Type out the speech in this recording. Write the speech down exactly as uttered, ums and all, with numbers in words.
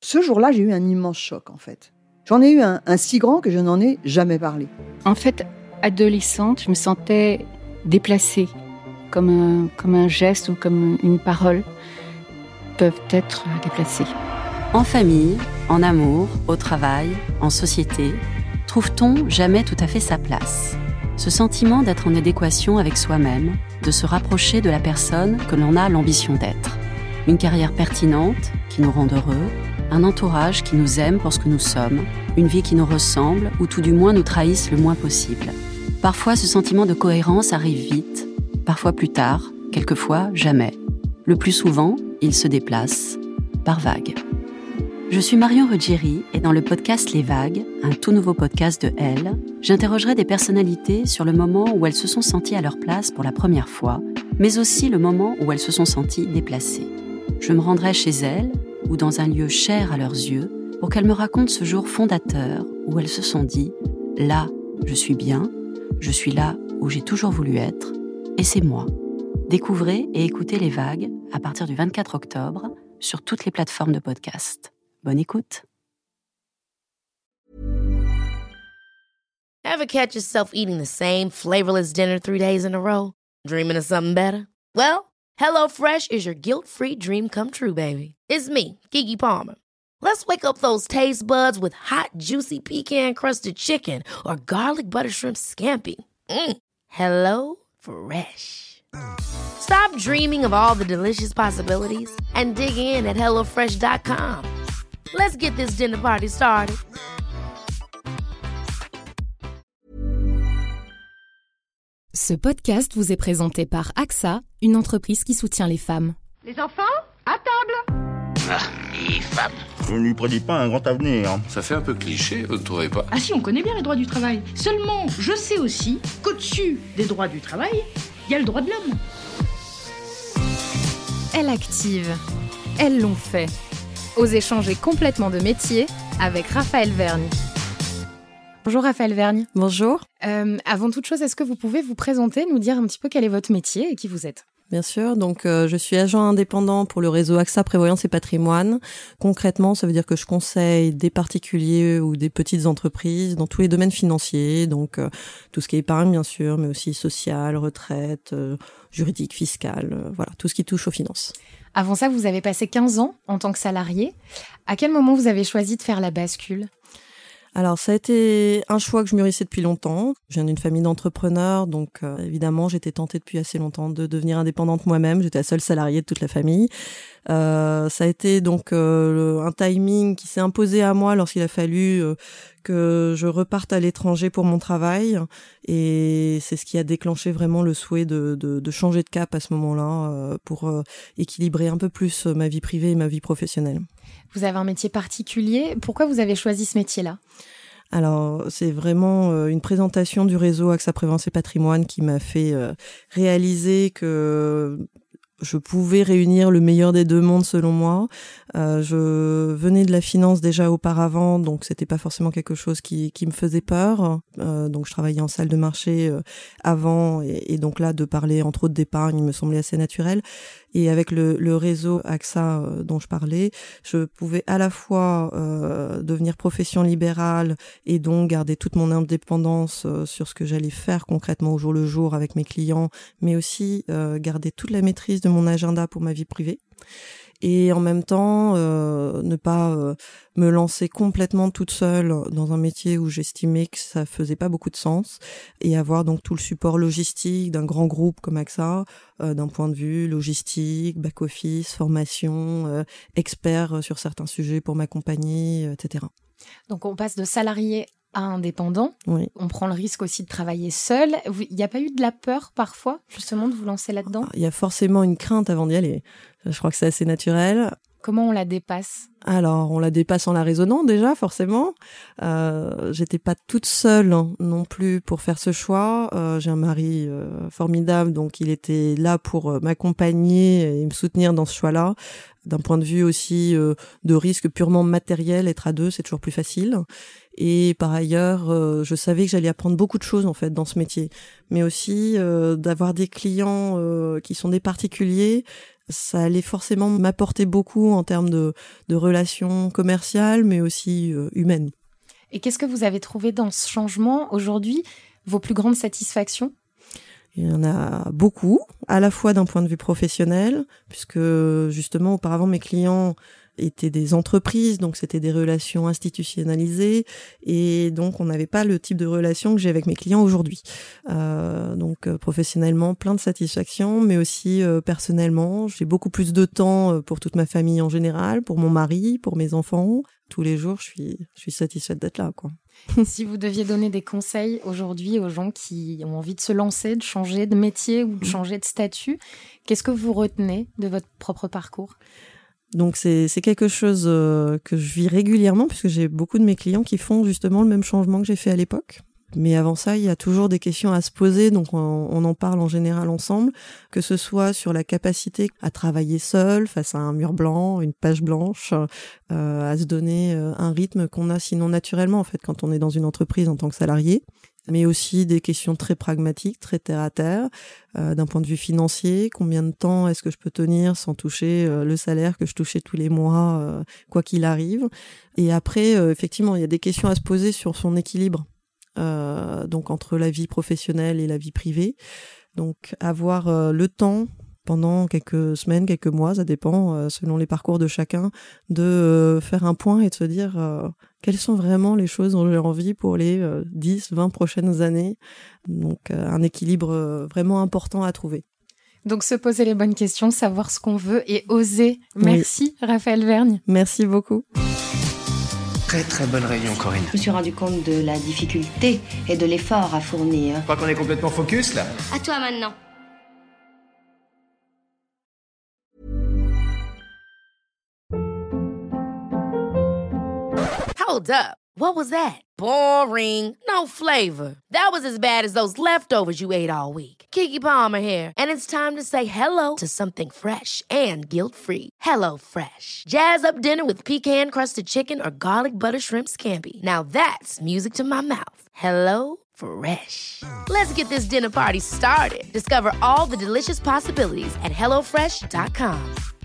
Ce jour-là, j'ai eu un immense choc, en fait. J'en ai eu un, un si grand que je n'en ai jamais parlé. En fait, adolescente, je me sentais déplacée, comme un, comme un geste ou comme une parole peuvent être déplacées. En famille, en amour, au travail, en société, trouve-t-on jamais tout à fait sa place ? Ce sentiment d'être en adéquation avec soi-même, de se rapprocher de la personne que l'on a l'ambition d'être. Une carrière pertinente qui nous rend heureux, un entourage qui nous aime pour ce que nous sommes, une vie qui nous ressemble ou tout du moins nous trahisse le moins possible. Parfois, ce sentiment de cohérence arrive vite, parfois plus tard, quelquefois jamais. Le plus souvent, il se déplace par vagues. Je suis Marion Ruggieri et dans le podcast Les Vagues, un tout nouveau podcast de Elle, j'interrogerai des personnalités sur le moment où elles se sont senties à leur place pour la première fois, mais aussi le moment où elles se sont senties déplacées. Je me rendrai chez elles ou dans un lieu cher à leurs yeux pour qu'elles me racontent ce jour fondateur où elles se sont dit « Là, je suis bien, je suis là où j'ai toujours voulu être, et c'est moi ». Découvrez et écoutez Les Vagues à partir du vingt-quatre octobre sur toutes les plateformes de podcast. Bonne écoute. Ever catch yourself eating the same flavorless dinner three days in a row? Dreaming of something better? Well, HelloFresh is your guilt-free dream come true, baby. It's me, Keke Palmer. Let's wake up those taste buds with hot, juicy pecan-crusted chicken or garlic butter shrimp scampi. Mm. Hello Fresh. Stop dreaming of all the delicious possibilities and dig in at hello fresh dot com. Let's get this dinner party started. Ce podcast vous est présenté par A X A, une entreprise qui soutient les femmes. Les enfants, à table. Ah, les femmes. Je ne lui prédis pas un grand avenir. Ça fait un peu cliché, vous ne trouvez pas ? Ah si, on connaît bien les droits du travail. Seulement, je sais aussi qu'au-dessus des droits du travail, il y a le droit de l'homme. Elle active. Elles l'ont fait. Osez changer complètement de métier avec Raphaël Vergne. Bonjour Raphaël Vergne. Bonjour. Euh, avant toute chose, est-ce que vous pouvez vous présenter, nous dire un petit peu quel est votre métier et qui vous êtes ? Bien sûr, donc euh, je suis agent indépendant pour le réseau A X A Prévoyance et Patrimoine. Concrètement, ça veut dire que je conseille des particuliers ou des petites entreprises dans tous les domaines financiers, donc euh, tout ce qui est épargne bien sûr, mais aussi social, retraite, euh, juridique, fiscal, euh, voilà, tout ce qui touche aux finances. Avant ça, vous avez passé quinze ans en tant que salarié. À quel moment vous avez choisi de faire la bascule ? Alors, ça a été un choix que je mûrissais depuis longtemps. Je viens d'une famille d'entrepreneurs, donc euh, évidemment, j'étais tentée depuis assez longtemps de devenir indépendante moi-même. J'étais la seule salariée de toute la famille. Euh, ça a été donc euh, un timing qui s'est imposé à moi lorsqu'il a fallu euh, que je reparte à l'étranger pour mon travail. Et c'est ce qui a déclenché vraiment le souhait de, de, de changer de cap à ce moment-là euh, pour euh, équilibrer un peu plus ma vie privée et ma vie professionnelle. Vous avez un métier particulier. Pourquoi vous avez choisi ce métier-là ? Alors, c'est vraiment euh, une présentation du réseau A X A Prévoyance et Patrimoine qui m'a fait euh, réaliser que je pouvais réunir le meilleur des deux mondes selon moi. Euh, je venais de la finance déjà auparavant, donc c'était pas forcément quelque chose qui, qui me faisait peur. Euh, donc je travaillais en salle de marché euh, avant, et, et donc là de parler entre autres d'épargne me semblait assez naturel. Et avec le, le réseau A X A euh, dont je parlais, je pouvais à la fois euh, devenir profession libérale et donc garder toute mon indépendance euh, sur ce que j'allais faire concrètement au jour le jour avec mes clients, mais aussi euh, garder toute la maîtrise de mon agenda pour ma vie privée. Et en même temps, euh, ne pas euh, me lancer complètement toute seule dans un métier où j'estimais que ça faisait pas beaucoup de sens, et avoir donc tout le support logistique d'un grand groupe comme A X A, euh, d'un point de vue logistique, back-office, formation, euh, expert sur certains sujets pour m'accompagner, et cetera. Donc on passe de salarié à indépendant. Oui. On prend le risque aussi de travailler seul. Il n'y a pas eu de la peur parfois, justement, de vous lancer là-dedans ? Il y a forcément une crainte avant d'y aller. Je crois que c'est assez naturel. Comment on la dépasse ? Alors, on la dépasse en la raisonnant déjà, forcément. Euh, j'étais pas toute seule hein, non plus pour faire ce choix. Euh, j'ai un mari euh, formidable, donc il était là pour euh, m'accompagner et me soutenir dans ce choix-là. D'un point de vue aussi euh, de risque purement matériel, être à deux, c'est toujours plus facile. Et par ailleurs, euh, je savais que j'allais apprendre beaucoup de choses en fait dans ce métier, mais aussi euh, d'avoir des clients euh, qui sont des particuliers. Ça allait forcément m'apporter beaucoup en termes de, de relations commerciales, mais aussi euh, humaines. Et qu'est-ce que vous avez trouvé dans ce changement aujourd'hui, vos plus grandes satisfactions ? Il y en a beaucoup, à la fois d'un point de vue professionnel, puisque justement auparavant mes clients étaient des entreprises, donc c'était des relations institutionnalisées, et donc on n'avait pas le type de relation que j'ai avec mes clients aujourd'hui. Euh, donc euh, professionnellement, plein de satisfaction, mais aussi euh, personnellement, j'ai beaucoup plus de temps pour toute ma famille en général, pour mon mari, pour mes enfants. Tous les jours, je suis, je suis satisfaite d'être là, quoi. Si vous deviez donner des conseils aujourd'hui aux gens qui ont envie de se lancer, de changer de métier ou de changer de statut, qu'est-ce que vous retenez de votre propre parcours ? Donc c'est, c'est quelque chose euh, que je vis régulièrement, puisque j'ai beaucoup de mes clients qui font justement le même changement que j'ai fait à l'époque. Mais avant ça, il y a toujours des questions à se poser, donc on, on en parle en général ensemble, que ce soit sur la capacité à travailler seul face à un mur blanc, une page blanche, euh, à se donner un rythme qu'on a sinon naturellement en fait quand on est dans une entreprise en tant que salarié, mais aussi des questions très pragmatiques, très terre à terre, euh, d'un point de vue financier, combien de temps est-ce que je peux tenir sans toucher euh, le salaire que je touchais tous les mois, euh, quoi qu'il arrive. Et après, euh, effectivement, il y a des questions à se poser sur son équilibre. Euh, donc entre la vie professionnelle et la vie privée. Donc avoir euh, le temps pendant quelques semaines, quelques mois, ça dépend euh, selon les parcours de chacun, de euh, faire un point et de se dire euh, quelles sont vraiment les choses dont j'ai envie pour les euh, dix, vingt prochaines années. Donc euh, un équilibre euh, vraiment important à trouver. Donc se poser les bonnes questions, savoir ce qu'on veut et oser. Merci oui. Raphaël Vergne. Merci beaucoup. Très très bonne réunion, Corinne. Je me suis rendu compte de la difficulté et de l'effort à fournir. Je crois qu'on est complètement focus là. À toi maintenant. Hold up. What was that? Boring. No flavor. That was as bad as those leftovers you ate all week. Keke Palmer here, and it's time to say hello to something fresh and guilt-free. Hello Fresh. Jazz up dinner with pecan-crusted chicken or garlic butter shrimp scampi. Now that's music to my mouth. Hello Fresh. Let's get this dinner party started. Discover all the delicious possibilities at hello fresh dot com.